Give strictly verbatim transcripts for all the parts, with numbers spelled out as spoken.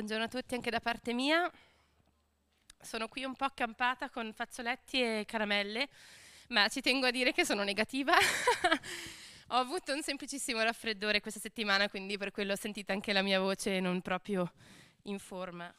Buongiorno a tutti anche da parte mia. Sono qui un po' accampata con fazzoletti e caramelle, ma ci tengo a dire che sono negativa. Ho avuto un semplicissimo raffreddore questa settimana, quindi per quello sentite anche la mia voce non proprio in forma.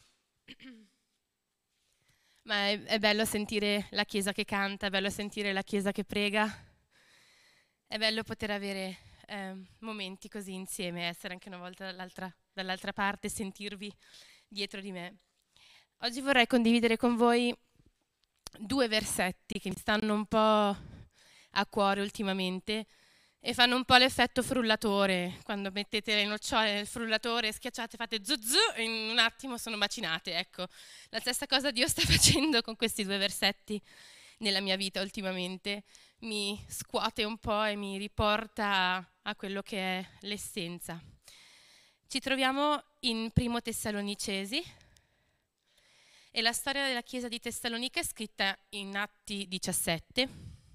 Ma è, è bello sentire la Chiesa che canta, è bello sentire la Chiesa che prega, è bello poter avere eh, momenti così insieme, essere anche una volta dall'altra, dall'altra parte, sentirvi dietro di me. Oggi vorrei condividere con voi due versetti che mi stanno un po' a cuore ultimamente e fanno un po' l'effetto frullatore. Quando mettete le nocciole nel frullatore, schiacciate, fate zu zu e in un attimo sono macinate. Ecco, la stessa cosa Dio sta facendo con questi due versetti nella mia vita ultimamente. Mi scuote un po' e mi riporta a quello che è l'essenza. Ci troviamo in Primo Tessalonicesi e la storia della chiesa di Tessalonica è scritta in Atti diciassette.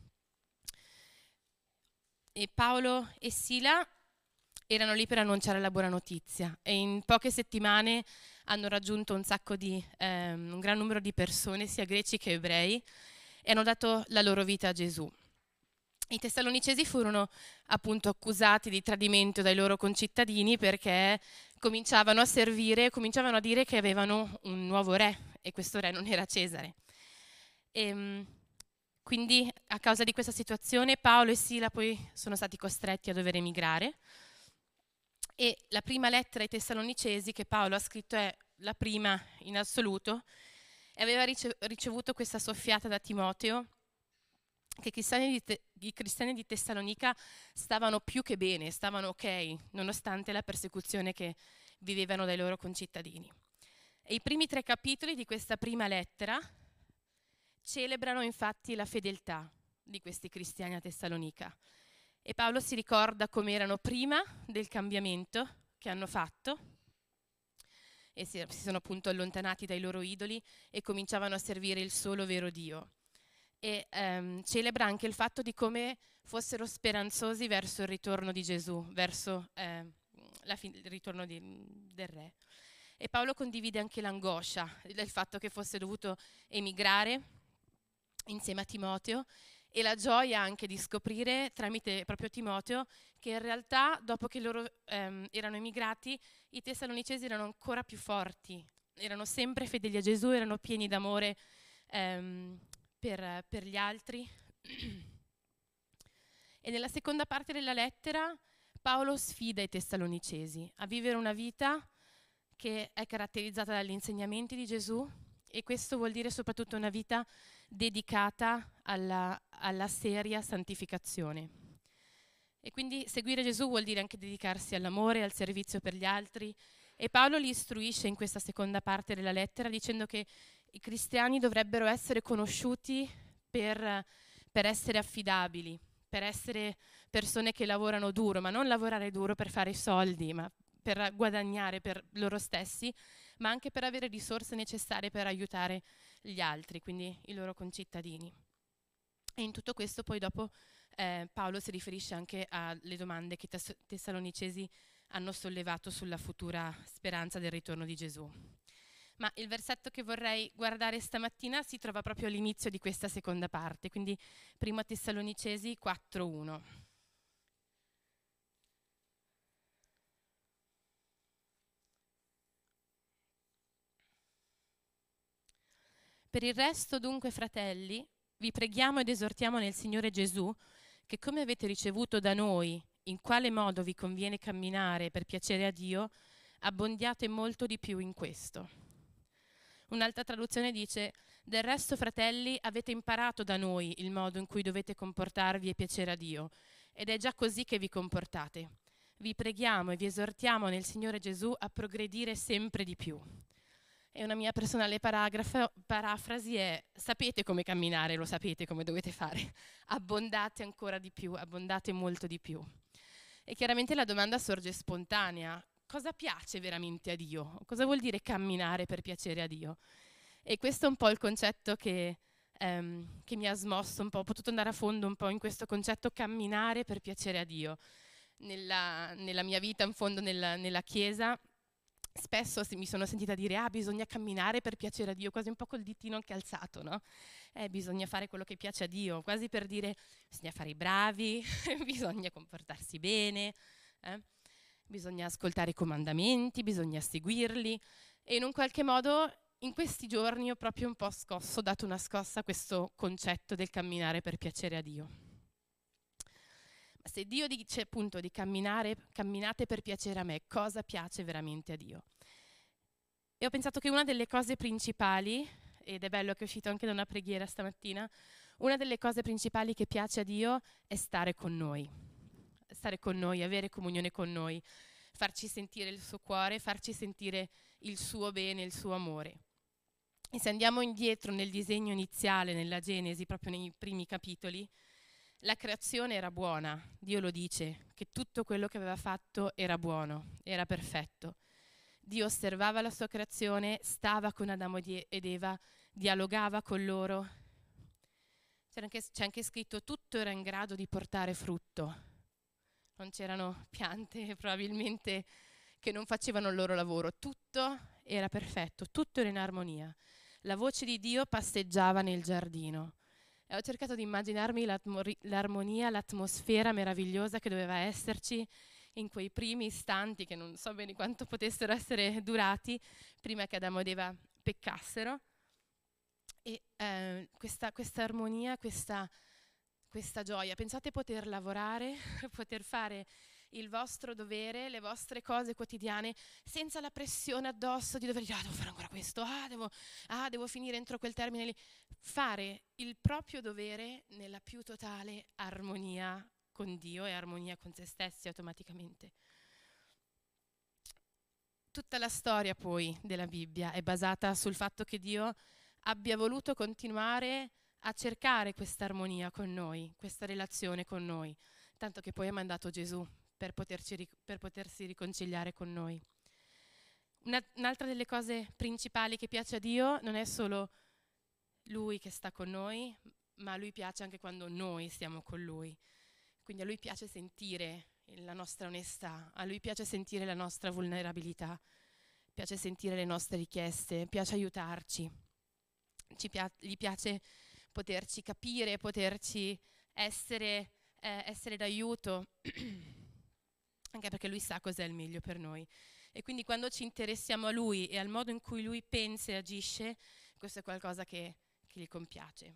E Paolo e Sila erano lì per annunciare la buona notizia e in poche settimane hanno raggiunto un sacco di, ehm, un gran numero di persone, sia greci che ebrei, e hanno dato la loro vita a Gesù. I tessalonicesi furono appunto accusati di tradimento dai loro concittadini perché cominciavano a servire, cominciavano a dire che avevano un nuovo re e questo re non era Cesare. E, quindi a causa di questa situazione Paolo e Sila poi sono stati costretti a dover emigrare e la prima lettera ai Tessalonicesi che Paolo ha scritto è la prima in assoluto e aveva ricevuto questa soffiata da Timoteo che i cristiani, di Te- i cristiani di Tessalonica stavano più che bene, stavano ok, nonostante la persecuzione che vivevano dai loro concittadini. E i primi tre capitoli di questa prima lettera celebrano infatti la fedeltà di questi cristiani a Tessalonica. E Paolo si ricorda come erano prima del cambiamento che hanno fatto e si, si sono appunto allontanati dai loro idoli e cominciavano a servire il solo vero Dio. E ehm, celebra anche il fatto di come fossero speranzosi verso il ritorno di Gesù, verso eh, la fin- il ritorno di, del Re. E Paolo condivide anche l'angoscia del fatto che fosse dovuto emigrare insieme a Timoteo e la gioia anche di scoprire tramite proprio Timoteo che in realtà dopo che loro ehm, erano emigrati i tessalonicesi erano ancora più forti, erano sempre fedeli a Gesù, erano pieni d'amore ehm, Per, per gli altri. E nella seconda parte della lettera Paolo sfida i tessalonicesi a vivere una vita che è caratterizzata dagli insegnamenti di Gesù e questo vuol dire soprattutto una vita dedicata alla, alla seria santificazione. E quindi seguire Gesù vuol dire anche dedicarsi all'amore, al servizio per gli altri. E Paolo li istruisce in questa seconda parte della lettera dicendo che i cristiani dovrebbero essere conosciuti per, per essere affidabili, per essere persone che lavorano duro, ma non lavorare duro per fare soldi, ma per guadagnare per loro stessi, ma anche per avere risorse necessarie per aiutare gli altri, quindi i loro concittadini. E in tutto questo poi dopo eh, Paolo si riferisce anche alle domande che i tess- tessalonicesi hanno sollevato sulla futura speranza del ritorno di Gesù. Ma il versetto che vorrei guardare stamattina si trova proprio all'inizio di questa seconda parte, quindi primo Tessalonicesi quattro uno. Per il resto, dunque, fratelli, vi preghiamo ed esortiamo nel Signore Gesù che come avete ricevuto da noi, in quale modo vi conviene camminare per piacere a Dio, abbondiate molto di più in questo. Un'altra traduzione dice: del resto, fratelli, avete imparato da noi il modo in cui dovete comportarvi e piacere a Dio, ed è già così che vi comportate. Vi preghiamo e vi esortiamo nel Signore Gesù a progredire sempre di più. E una mia personale paragrafo, parafrasi è: sapete come camminare, lo sapete come dovete fare, abbondate ancora di più, abbondate molto di più. E chiaramente la domanda sorge spontanea: cosa piace veramente a Dio? Cosa vuol dire camminare per piacere a Dio? E questo è un po' il concetto che, ehm, che mi ha smosso un po', ho potuto andare a fondo un po' in questo concetto camminare per piacere a Dio. Nella, nella mia vita, in fondo nella, nella Chiesa, spesso mi sono sentita dire ah bisogna camminare per piacere a Dio, quasi un po' col ditino anche alzato, no? Eh, bisogna fare quello che piace a Dio, quasi per dire bisogna fare i bravi, bisogna comportarsi bene, eh? Bisogna ascoltare i comandamenti, bisogna seguirli, e in un qualche modo in questi giorni ho proprio un po' scosso, dato una scossa a questo concetto del camminare per piacere a Dio. Ma se Dio dice appunto di camminare, camminate per piacere a me, cosa piace veramente a Dio? E ho pensato che una delle cose principali, ed è bello che è uscito anche da una preghiera stamattina, una delle cose principali che piace a Dio è stare con noi, stare con noi, avere comunione con noi, farci sentire il suo cuore, farci sentire il suo bene, il suo amore. E se andiamo indietro nel disegno iniziale, nella Genesi, proprio nei primi capitoli, la creazione era buona, Dio lo dice, che tutto quello che aveva fatto era buono, era perfetto. Dio osservava la sua creazione, stava con Adamo ed Eva, dialogava con loro. C'è anche, c'è anche scritto tutto era in grado di portare frutto. Non c'erano piante probabilmente che non facevano il loro lavoro, tutto era perfetto, tutto era in armonia. La voce di Dio passeggiava nel giardino. E ho cercato di immaginarmi l'armonia, l'atmosfera meravigliosa che doveva esserci in quei primi istanti, che non so bene quanto potessero essere durati, prima che Adamo ed Eva peccassero. E eh, questa, questa armonia, questa, questa gioia. Pensate poter lavorare, poter fare il vostro dovere, le vostre cose quotidiane, senza la pressione addosso di dover dire ah, devo fare ancora questo, ah devo, ah, devo finire entro quel termine lì. Fare il proprio dovere nella più totale armonia con Dio e armonia con se stessi automaticamente. Tutta la storia poi della Bibbia è basata sul fatto che Dio abbia voluto continuare a cercare questa armonia con noi, questa relazione con noi, tanto che poi ha mandato Gesù per, poterci, per potersi riconciliare con noi. Una, un'altra delle cose principali che piace a Dio non è solo Lui che sta con noi, ma a Lui piace anche quando noi stiamo con Lui. Quindi a Lui piace sentire la nostra onestà, a Lui piace sentire la nostra vulnerabilità, piace sentire le nostre richieste, piace aiutarci, Ci pia- gli piace poterci capire, poterci essere, eh, essere d'aiuto, anche perché Lui sa cos'è il meglio per noi. E quindi quando ci interessiamo a Lui e al modo in cui Lui pensa e agisce, questo è qualcosa che, che gli compiace.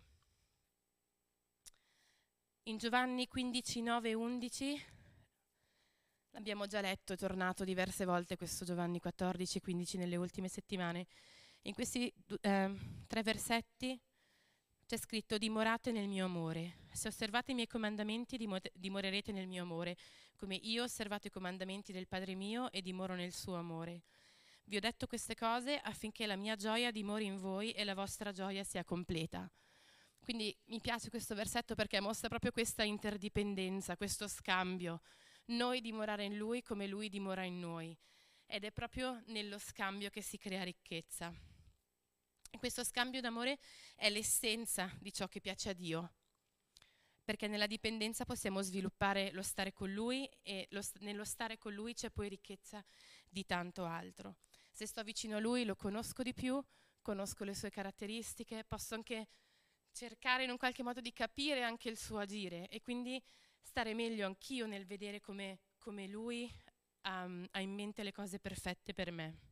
In Giovanni quindici, nove e undici, l'abbiamo già letto, è tornato diverse volte questo Giovanni quattordici e quindici nelle ultime settimane. In questi eh, tre versetti c'è scritto dimorate nel mio amore. Se osservate i miei comandamenti dimo- dimorerete nel mio amore, come io ho osservato i comandamenti del Padre mio e dimoro nel suo amore. Vi ho detto queste cose affinché la mia gioia dimori in voi e la vostra gioia sia completa. Quindi mi piace questo versetto perché mostra proprio questa interdipendenza, questo scambio. Noi dimorare in Lui come Lui dimora in noi. Ed è proprio nello scambio che si crea ricchezza. E questo scambio d'amore è l'essenza di ciò che piace a Dio, perché nella dipendenza possiamo sviluppare lo stare con Lui e lo, nello stare con Lui c'è poi ricchezza di tanto altro. Se sto vicino a Lui lo conosco di più, conosco le sue caratteristiche, posso anche cercare in un qualche modo di capire anche il suo agire e quindi stare meglio anch'io nel vedere come, come Lui um, ha in mente le cose perfette per me.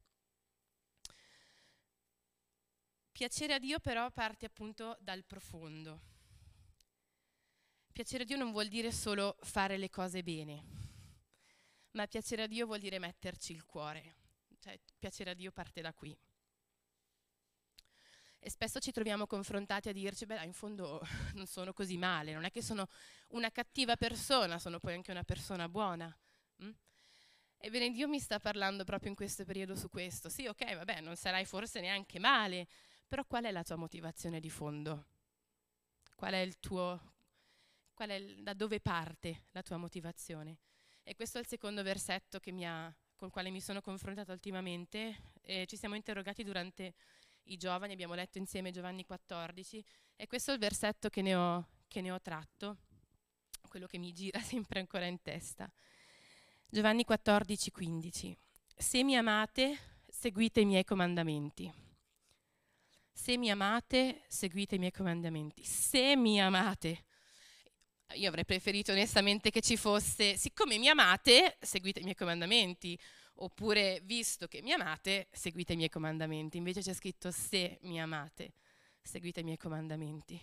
Piacere a Dio però parte appunto dal profondo. Piacere a Dio non vuol dire solo fare le cose bene, ma piacere a Dio vuol dire metterci il cuore. Cioè, piacere a Dio parte da qui. E spesso ci troviamo confrontati a dirci, beh, in fondo non sono così male, non è che sono una cattiva persona, sono poi anche una persona buona. Mm? Ebbene, Dio mi sta parlando proprio in questo periodo su questo. Sì, ok, vabbè, non sarai forse neanche male, però qual è la tua motivazione di fondo? Qual è il tuo, qual è il, da dove parte la tua motivazione? E questo è il secondo versetto che mi ha, con il quale mi sono confrontata ultimamente. E ci siamo interrogati durante i giovani, abbiamo letto insieme Giovanni quattordici, e questo è il versetto che ne ho, che ne ho tratto, quello che mi gira sempre ancora in testa. Giovanni quattordici, quindici. Se mi amate, seguite i miei comandamenti. Se mi amate, seguite i miei comandamenti. Se mi amate. Io avrei preferito onestamente che ci fosse, siccome mi amate, seguite i miei comandamenti. Oppure, visto che mi amate, seguite i miei comandamenti. Invece c'è scritto, se mi amate, seguite i miei comandamenti.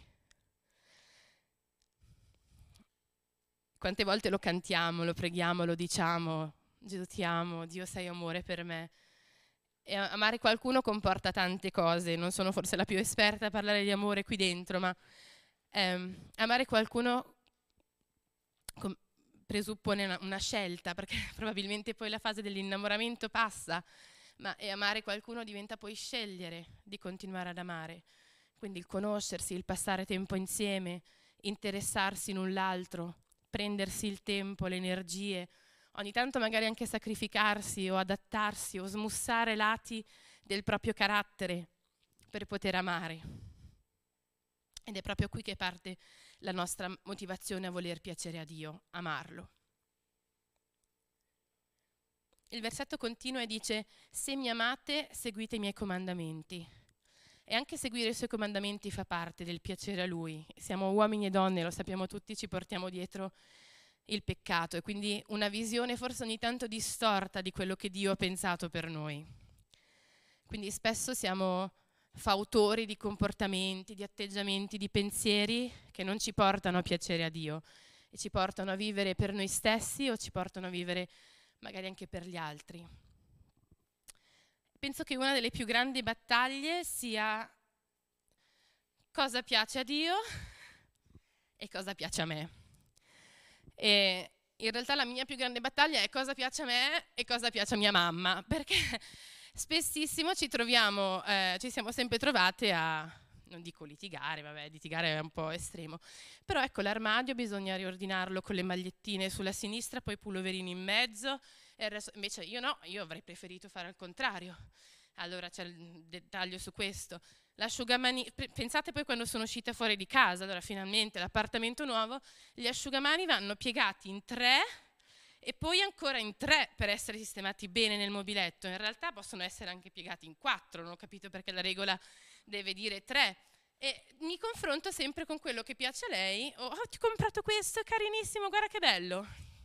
Quante volte lo cantiamo, lo preghiamo, lo diciamo, Gesù ti amo, Dio sei amore per me. E amare qualcuno comporta tante cose, non sono forse la più esperta a parlare di amore qui dentro, ma ehm, amare qualcuno com- presuppone una, una scelta, perché probabilmente poi la fase dell'innamoramento passa, ma e amare qualcuno diventa poi scegliere di continuare ad amare. Quindi il conoscersi, il passare tempo insieme, interessarsi l'un l'altro, prendersi il tempo, le energie, ogni tanto magari anche sacrificarsi o adattarsi o smussare lati del proprio carattere per poter amare. Ed è proprio qui che parte la nostra motivazione a voler piacere a Dio, amarlo. Il versetto continua e dice: se mi amate, seguite i miei comandamenti. E anche seguire i suoi comandamenti fa parte del piacere a Lui. Siamo uomini e donne, lo sappiamo tutti, ci portiamo dietro il peccato e quindi una visione forse ogni tanto distorta di quello che Dio ha pensato per noi. Quindi spesso siamo fautori di comportamenti, di atteggiamenti, di pensieri che non ci portano a piacere a Dio e ci portano a vivere per noi stessi o ci portano a vivere magari anche per gli altri. Penso che una delle più grandi battaglie sia cosa piace a Dio e cosa piace a me. E in realtà la mia più grande battaglia è cosa piace a me e cosa piace a mia mamma, perché spessissimo ci troviamo, eh, ci siamo sempre trovate a, non dico litigare, vabbè, litigare è un po' estremo, però ecco l'armadio bisogna riordinarlo con le magliettine sulla sinistra, poi i pulloverini in mezzo, e il resto, invece io no, io avrei preferito fare al contrario. Allora c'è il dettaglio su questo. L'asciugamani, pensate poi quando sono uscita fuori di casa, allora finalmente l'appartamento nuovo, gli asciugamani vanno piegati in tre e poi ancora in tre per essere sistemati bene nel mobiletto. In realtà possono essere anche piegati in quattro, non ho capito perché la regola deve dire tre. E mi confronto sempre con quello che piace a lei. Oh, oh ti ho comprato questo, è carinissimo, guarda che bello.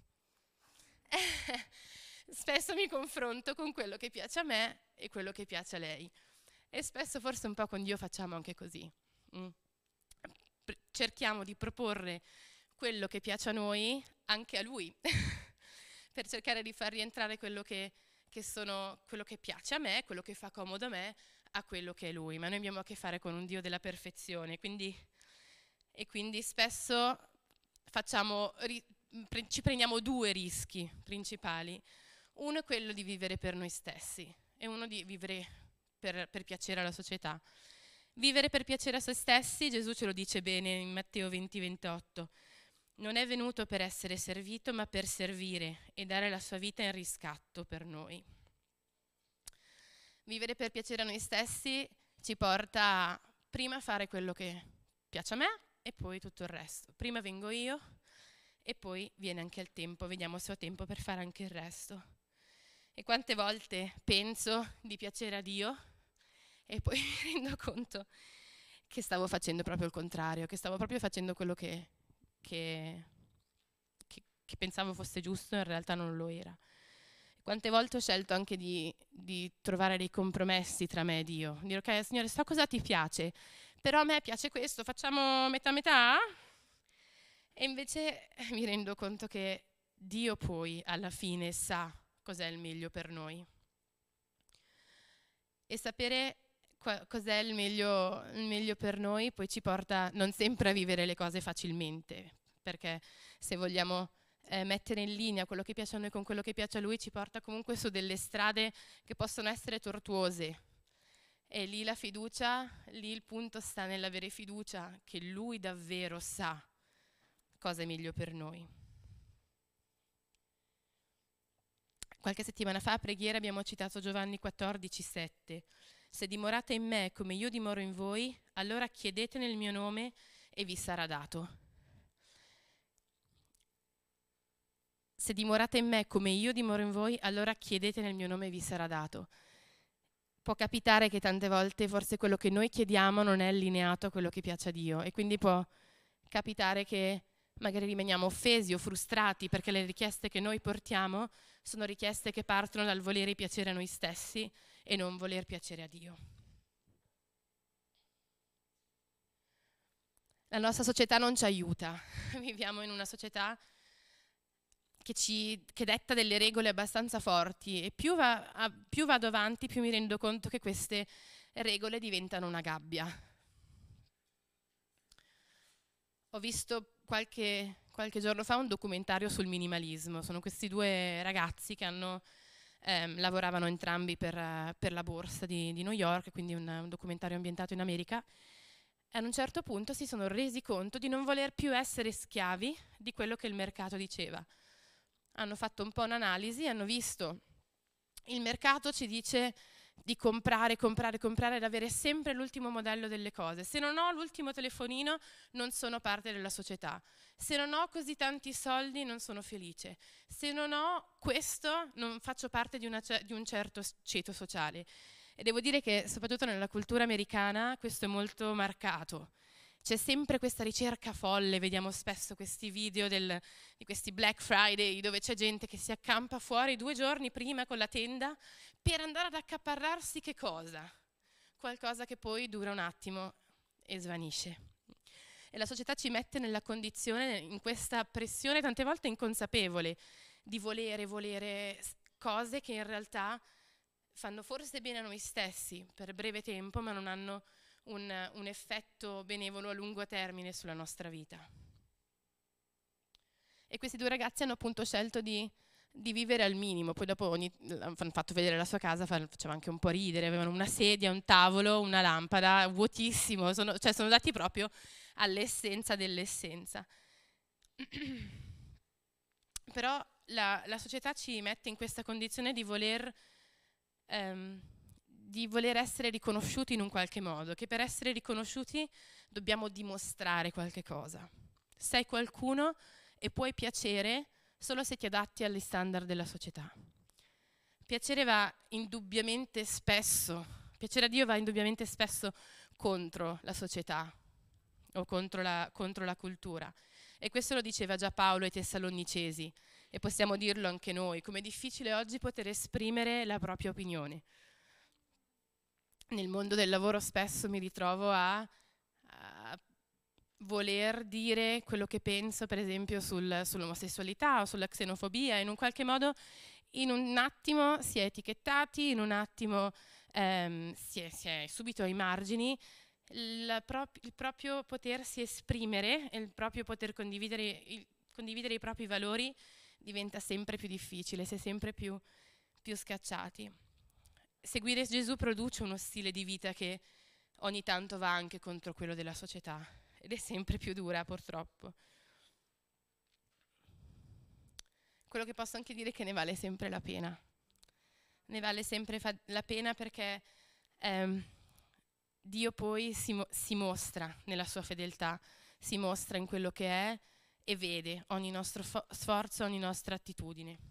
Spesso mi confronto con quello che piace a me e quello che piace a lei. E spesso forse un po' con Dio facciamo anche così. Mm. Cerchiamo di proporre quello che piace a noi anche a Lui, per cercare di far rientrare quello che, che, sono, quello che piace a me, quello che fa comodo a me, a quello che è Lui. Ma noi abbiamo a che fare con un Dio della perfezione, quindi, e quindi spesso facciamo, ri, pre, ci prendiamo due rischi principali. Uno è quello di vivere per noi stessi e uno di vivere per, per piacere alla società. Vivere per piacere a se stessi, Gesù ce lo dice bene in Matteo venti ventotto. Non è venuto per essere servito, ma per servire e dare la sua vita in riscatto per noi. Vivere per piacere a noi stessi ci porta a prima fare quello che piace a me e poi tutto il resto. Prima vengo io e poi viene anche il tempo, vediamo se ho tempo per fare anche il resto. E quante volte penso di piacere a Dio e poi mi rendo conto che stavo facendo proprio il contrario, che stavo proprio facendo quello che, che, che, che pensavo fosse giusto, in realtà non lo era. Quante volte ho scelto anche di, di trovare dei compromessi tra me e Dio, dire ok Signore, so cosa ti piace, però a me piace questo, facciamo metà metà? E invece mi rendo conto che Dio poi alla fine sa cos'è il meglio per noi. E sapere qua, cos'è il meglio, il meglio per noi poi ci porta non sempre a vivere le cose facilmente, perché se vogliamo eh, mettere in linea quello che piace a noi con quello che piace a Lui ci porta comunque su delle strade che possono essere tortuose. E lì la fiducia, lì il punto sta nell'avere fiducia che Lui davvero sa cosa è meglio per noi. Qualche settimana fa a preghiera abbiamo citato Giovanni quattordici sette. Se dimorate in me come io dimoro in voi, allora chiedete nel mio nome e vi sarà dato. Se dimorate in me come io dimoro in voi, allora chiedete nel mio nome e vi sarà dato. può capitare che tante volte forse quello che noi chiediamo non è allineato a quello che piace a Dio, e quindi può capitare che magari rimaniamo offesi o frustrati perché le richieste che noi portiamo sono richieste che partono dal volere piacere a noi stessi e non voler piacere a Dio. La nostra società non ci aiuta, viviamo in una società che, ci, che detta delle regole abbastanza forti, e più, va, a, più vado avanti più mi rendo conto che queste regole diventano una gabbia. Ho visto qualche, qualche giorno fa un documentario sul minimalismo. Sono questi due ragazzi che hanno, ehm, lavoravano entrambi per, uh, per la borsa di, di New York, quindi un, un documentario ambientato in America, e ad un certo punto si sono resi conto di non voler più essere schiavi di quello che il mercato diceva. Hanno fatto un po' un'analisi, hanno visto il mercato ci dice di comprare, comprare, comprare, ed avere sempre l'ultimo modello delle cose. Se non ho l'ultimo telefonino non sono parte della società. Se non ho così tanti soldi non sono felice. Se non ho questo non faccio parte di, una, di un certo ceto sociale. E devo dire che soprattutto nella cultura americana questo è molto marcato. C'è sempre questa ricerca folle, vediamo spesso questi video del, di questi Black Friday dove c'è gente che si accampa fuori due giorni prima con la tenda per andare ad accaparrarsi che cosa? Qualcosa che poi dura un attimo e svanisce. E la società ci mette nella condizione, in questa pressione tante volte inconsapevole, di volere, volere cose che in realtà fanno forse bene a noi stessi per breve tempo, ma non hanno Un, un effetto benevolo a lungo termine sulla nostra vita. E questi due ragazzi hanno appunto scelto di, di vivere al minimo. Poi dopo ogni, hanno fatto vedere la sua casa, faceva anche un po' ridere, avevano una sedia, un tavolo, una lampada, vuotissimo, sono, cioè sono dati proprio all'essenza dell'essenza. Però la, la società ci mette in questa condizione di voler ehm, di voler essere riconosciuti in un qualche modo, che per essere riconosciuti dobbiamo dimostrare qualche cosa. Sei qualcuno e puoi piacere solo se ti adatti agli standard della società. Piacere va indubbiamente spesso, piacere a Dio va indubbiamente spesso contro la società o contro la, contro la cultura. E questo lo diceva già Paolo ai Tessalonicesi, e possiamo dirlo anche noi, com'è difficile oggi poter esprimere la propria opinione. Nel mondo del lavoro spesso mi ritrovo a, a voler dire quello che penso, per esempio, sul, sull'omosessualità o sulla xenofobia. In un qualche modo, in un attimo si è etichettati, in un attimo ehm, si, è, si è subito ai margini. Il, prop- il proprio potersi esprimere e il proprio poter condividere, il, condividere i propri valori diventa sempre più difficile, si è sempre più, più scacciati. Seguire Gesù produce uno stile di vita che ogni tanto va anche contro quello della società ed è sempre più dura, purtroppo. Quello che posso anche dire è che ne vale sempre la pena. Ne vale sempre fa- la pena perché ehm, Dio poi si, mo- si mostra nella sua fedeltà, si mostra in quello che è e vede ogni nostro fo- sforzo, ogni nostra attitudine.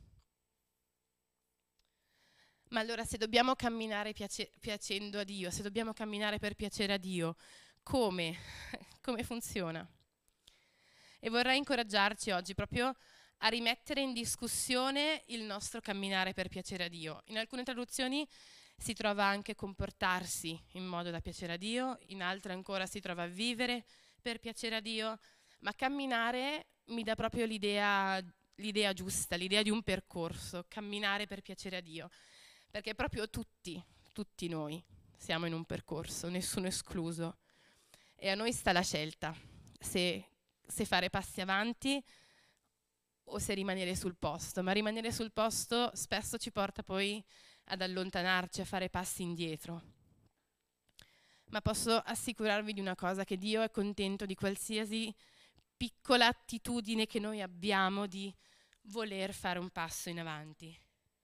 Ma allora se dobbiamo camminare piace- piacendo a Dio, se dobbiamo camminare per piacere a Dio, come? Come funziona? E vorrei incoraggiarci oggi proprio a rimettere in discussione il nostro camminare per piacere a Dio. In alcune traduzioni si trova anche comportarsi in modo da piacere a Dio, in altre ancora si trova vivere per piacere a Dio, ma camminare mi dà proprio l'idea, l'idea giusta, l'idea di un percorso, camminare per piacere a Dio. Perché proprio tutti, tutti noi siamo in un percorso, nessuno escluso. E a noi sta la scelta, se, se fare passi avanti o se rimanere sul posto. Ma rimanere sul posto spesso ci porta poi ad allontanarci, a fare passi indietro. Ma posso assicurarvi di una cosa, che Dio è contento di qualsiasi piccola attitudine che noi abbiamo di voler fare un passo in avanti.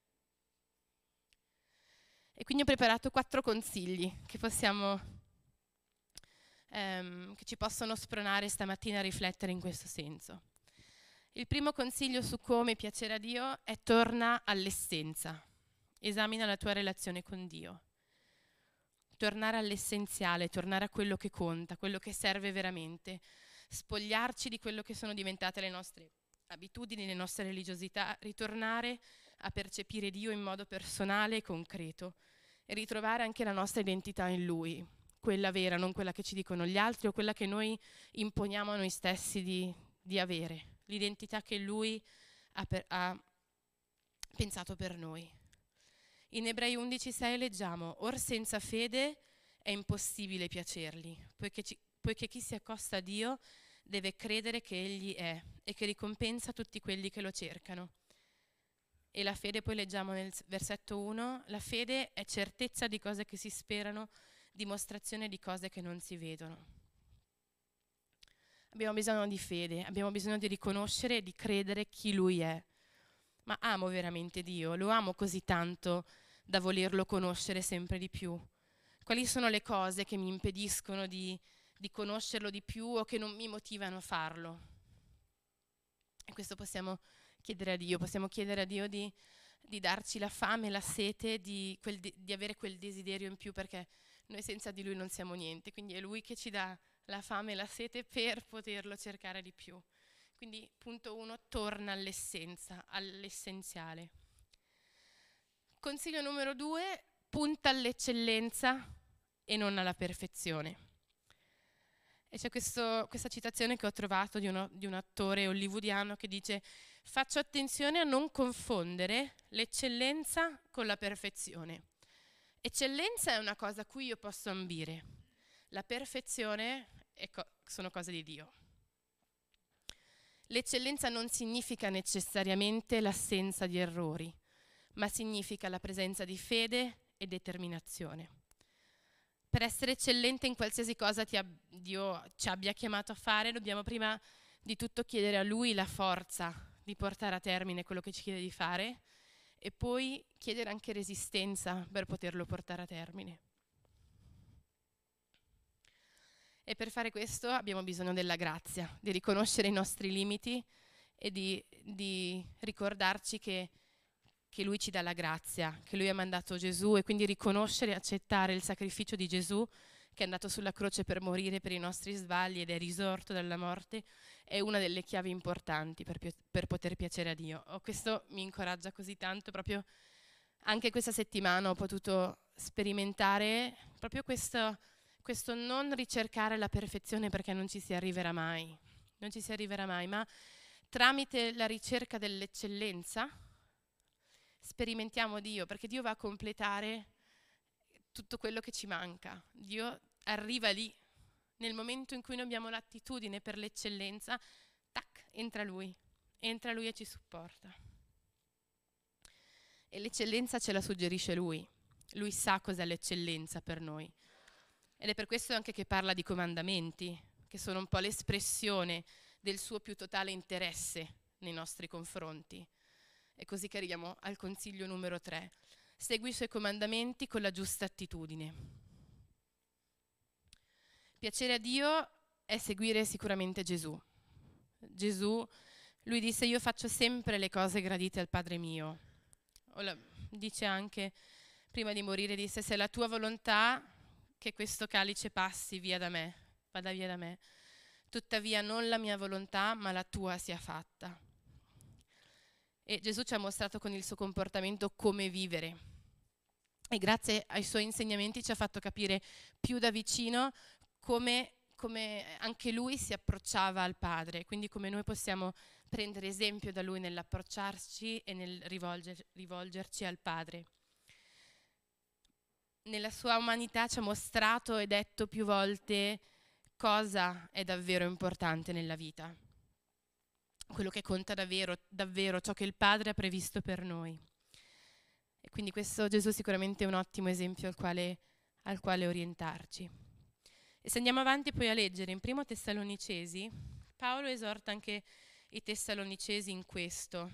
E quindi ho preparato quattro consigli che possiamo, ehm, che ci possono spronare stamattina a riflettere in questo senso. Il primo consiglio su come piacere a Dio è: torna all'essenza, esamina la tua relazione con Dio. tornare all'essenziale, tornare a quello che conta, quello che serve veramente, spogliarci di quello che sono diventate le nostre abitudini, le nostre religiosità, ritornare a percepire Dio in modo personale e concreto e ritrovare anche la nostra identità in Lui, quella vera, non quella che ci dicono gli altri o quella che noi imponiamo a noi stessi di, di avere, l'identità che Lui ha, per, ha pensato per noi. In Ebrei undici sei leggiamo: or senza fede è impossibile piacergli, poiché, ci, poiché chi si accosta a Dio deve credere che Egli è e che ricompensa tutti quelli che lo cercano. E la fede, poi leggiamo nel versetto uno, la fede è certezza di cose che si sperano, dimostrazione di cose che non si vedono. Abbiamo bisogno di fede, abbiamo bisogno di riconoscere e di credere chi Lui è. Ma amo veramente Dio, lo amo così tanto da volerlo conoscere sempre di più. Quali sono le cose che mi impediscono di, di conoscerlo di più o che non mi motivano a farlo? E questo possiamo chiedere a Dio, possiamo chiedere a Dio di, di darci la fame, la sete, di, quel de- di avere quel desiderio in più, perché noi senza di Lui non siamo niente, quindi è Lui che ci dà la fame e la sete per poterlo cercare di più. Quindi punto uno, torna all'essenza, all'essenziale. Consiglio numero due, punta all'eccellenza e non alla perfezione. E c'è questo, questa citazione che ho trovato di, uno, di un attore hollywoodiano che dice: faccio attenzione a non confondere l'eccellenza con la perfezione. Eccellenza è una cosa a cui io posso ambire, la perfezione è co- sono cose di Dio. L'eccellenza non significa necessariamente l'assenza di errori, ma significa la presenza di fede e determinazione. Per essere eccellente in qualsiasi cosa ti ab- Dio ci abbia chiamato a fare, dobbiamo prima di tutto chiedere a Lui la forza di portare a termine quello che ci chiede di fare e poi chiedere anche resistenza per poterlo portare a termine. E per fare questo abbiamo bisogno della grazia, di riconoscere i nostri limiti e di, di ricordarci che, che Lui ci dà la grazia, che Lui ha mandato Gesù, e quindi riconoscere e accettare il sacrificio di Gesù, che è andato sulla croce per morire per i nostri sbagli ed è risorto dalla morte, è una delle chiavi importanti per, per poter piacere a Dio. Oh, questo mi incoraggia così tanto, proprio anche questa settimana ho potuto sperimentare proprio questo, questo non ricercare la perfezione, perché non ci si arriverà mai, non ci si arriverà mai, ma tramite la ricerca dell'eccellenza sperimentiamo Dio, perché Dio va a completare tutto quello che ci manca. Dio arriva lì, nel momento in cui noi abbiamo l'attitudine per l'eccellenza, tac, entra Lui, entra Lui e ci supporta. E l'eccellenza ce la suggerisce Lui. Lui sa cos'è l'eccellenza per noi. Ed è per questo anche che parla di comandamenti, che sono un po' l'espressione del suo più totale interesse nei nostri confronti. È così che arriviamo al consiglio numero tre. Segui i suoi comandamenti con la giusta attitudine. Piacere a Dio è seguire sicuramente Gesù. Gesù, lui disse: io faccio sempre le cose gradite al Padre mio. O la, dice anche, prima di morire, disse: se è la tua volontà che questo calice passi via da me, vada via da me, tuttavia non la mia volontà ma la tua sia fatta. E Gesù ci ha mostrato con il suo comportamento come vivere, e grazie ai suoi insegnamenti ci ha fatto capire più da vicino come, come anche lui si approcciava al Padre, quindi come noi possiamo prendere esempio da lui nell'approcciarci e nel rivolger, rivolgerci al Padre. Nella sua umanità ci ha mostrato e detto più volte cosa è davvero importante nella vita, quello che conta davvero, davvero, ciò che il Padre ha previsto per noi. E quindi questo Gesù sicuramente è un ottimo esempio al quale, al quale orientarci. E se andiamo avanti poi a leggere in Primo Tessalonicesi, Paolo esorta anche i Tessalonicesi in questo.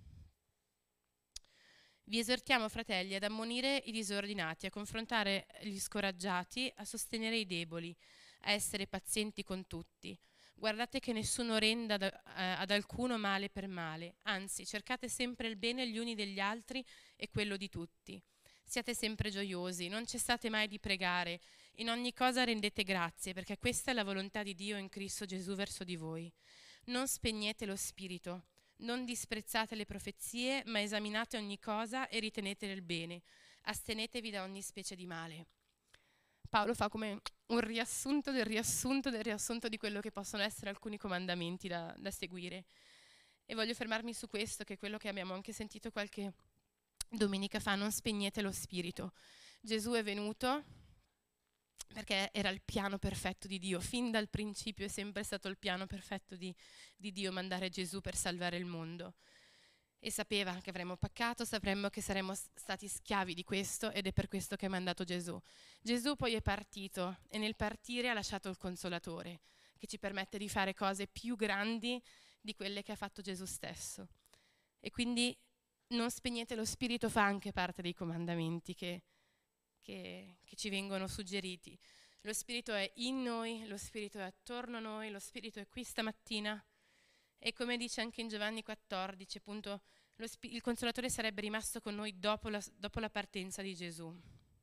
Vi esortiamo, fratelli, ad ammonire i disordinati, a confrontare gli scoraggiati, a sostenere i deboli, a essere pazienti con tutti. Guardate che nessuno renda ad, eh, ad alcuno male per male, anzi cercate sempre il bene gli uni degli altri e quello di tutti. Siate sempre gioiosi, non cessate mai di pregare, in ogni cosa rendete grazie, perché questa è la volontà di Dio in Cristo Gesù verso di voi. Non spegnete lo spirito, non disprezzate le profezie, ma esaminate ogni cosa e ritenete il bene. Astenetevi da ogni specie di male. Paolo fa come un riassunto del riassunto del riassunto di quello che possono essere alcuni comandamenti da, da seguire. E voglio fermarmi su questo, che è quello che abbiamo anche sentito qualche domenica fa: non spegnete lo spirito. Gesù è venuto perché era il piano perfetto di Dio, fin dal principio è sempre stato il piano perfetto di, di Dio mandare Gesù per salvare il mondo. E sapeva che avremmo peccato, sapremmo che saremmo stati schiavi di questo, ed è per questo che ha mandato Gesù. Gesù poi è partito e nel partire ha lasciato il Consolatore, che ci permette di fare cose più grandi di quelle che ha fatto Gesù stesso. E quindi non spegnete lo spirito fa anche parte dei comandamenti che, che, che ci vengono suggeriti. Lo spirito è in noi, lo spirito è attorno a noi, lo spirito è qui stamattina. E come dice anche in Giovanni quattordici, appunto, lo spi- il Consolatore sarebbe rimasto con noi dopo la, dopo la partenza di Gesù.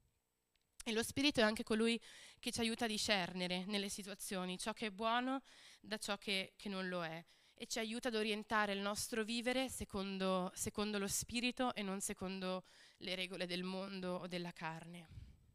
E lo Spirito è anche colui che ci aiuta a discernere nelle situazioni ciò che è buono da ciò che, che non lo è, e ci aiuta ad orientare il nostro vivere secondo, secondo lo Spirito e non secondo le regole del mondo o della carne.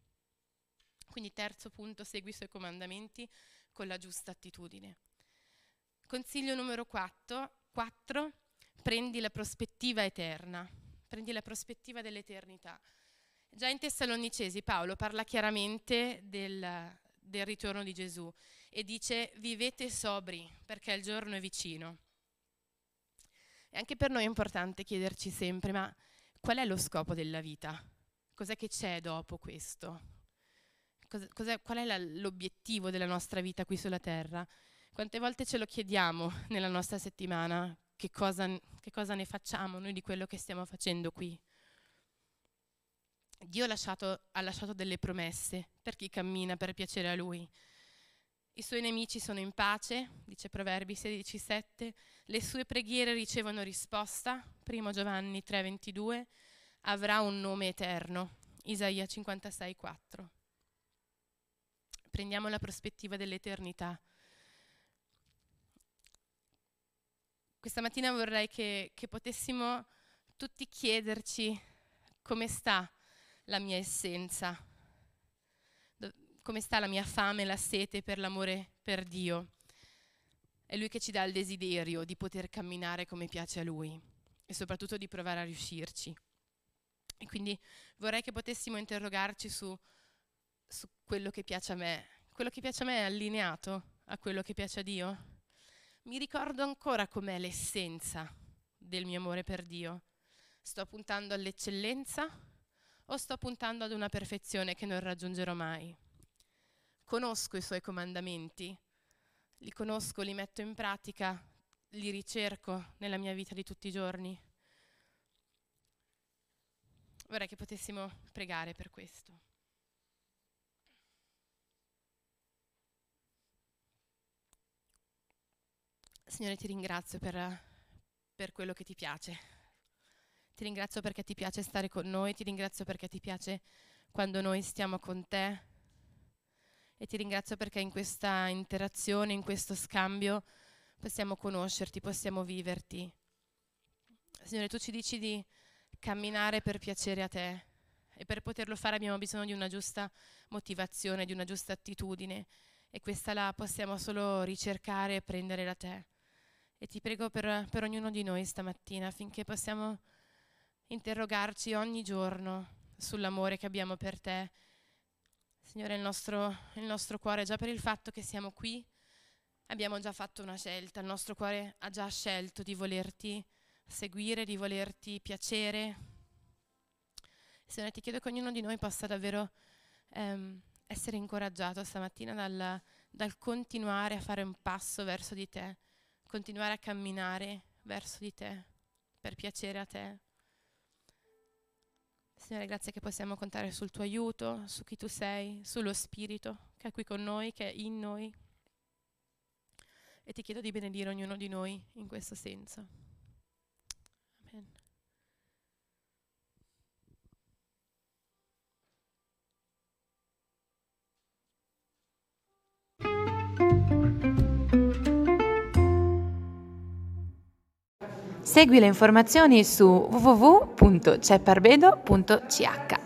Quindi terzo punto: segui i suoi comandamenti con la giusta attitudine. Consiglio numero quattro, prendi la prospettiva eterna, prendi la prospettiva dell'eternità. Già in Tessalonicesi Paolo parla chiaramente del, del ritorno di Gesù e dice: vivete sobri perché il giorno è vicino. E anche per noi è importante chiederci sempre: ma qual è lo scopo della vita? Cos'è che c'è dopo questo? Cos'è, cos'è, qual è la, l'obiettivo della nostra vita qui sulla terra? Quante volte ce lo chiediamo nella nostra settimana? Che cosa, che cosa ne facciamo noi di quello che stiamo facendo qui? Dio ha lasciato, ha lasciato delle promesse per chi cammina per piacere a Lui. I suoi nemici sono in pace, dice Proverbi sedici sette, le sue preghiere ricevono risposta, primo Giovanni tre ventidue, avrà un nome eterno, Isaia cinquantasei quattro. Prendiamo la prospettiva dell'eternità. Questa mattina vorrei che, che potessimo tutti chiederci: come sta la mia essenza? Do- come sta la mia fame e la sete per l'amore per Dio? È Lui che ci dà il desiderio di poter camminare come piace a Lui e soprattutto di provare a riuscirci. E quindi vorrei che potessimo interrogarci su, su quello che piace a me. Quello che piace a me è allineato a quello che piace a Dio? Mi ricordo ancora com'è l'essenza del mio amore per Dio. Sto puntando all'eccellenza o sto puntando ad una perfezione che non raggiungerò mai? Conosco i Suoi comandamenti, li conosco, li metto in pratica, li ricerco nella mia vita di tutti i giorni. Vorrei che potessimo pregare per questo. Signore, ti ringrazio per, per quello che ti piace. Ti ringrazio perché ti piace stare con noi, ti ringrazio perché ti piace quando noi stiamo con te, e ti ringrazio perché in questa interazione, in questo scambio, possiamo conoscerti, possiamo viverti. Signore, tu ci dici di camminare per piacere a te, e per poterlo fare abbiamo bisogno di una giusta motivazione, di una giusta attitudine, e questa la possiamo solo ricercare e prendere da te. E ti prego per, per ognuno di noi stamattina, affinché possiamo interrogarci ogni giorno sull'amore che abbiamo per te. Signore, il nostro, il nostro cuore, già per il fatto che siamo qui, abbiamo già fatto una scelta. Il nostro cuore ha già scelto di volerti seguire, di volerti piacere. Signore, ti chiedo che ognuno di noi possa davvero ehm, essere incoraggiato stamattina dal, dal continuare a fare un passo verso di te, continuare a camminare verso di te, per piacere a te. Signore, grazie che possiamo contare sul tuo aiuto, su chi tu sei, sullo Spirito che è qui con noi, che è in noi. E ti chiedo di benedire ognuno di noi in questo senso. Amen. Segui le informazioni su w w w punto cepparbedo punto c h.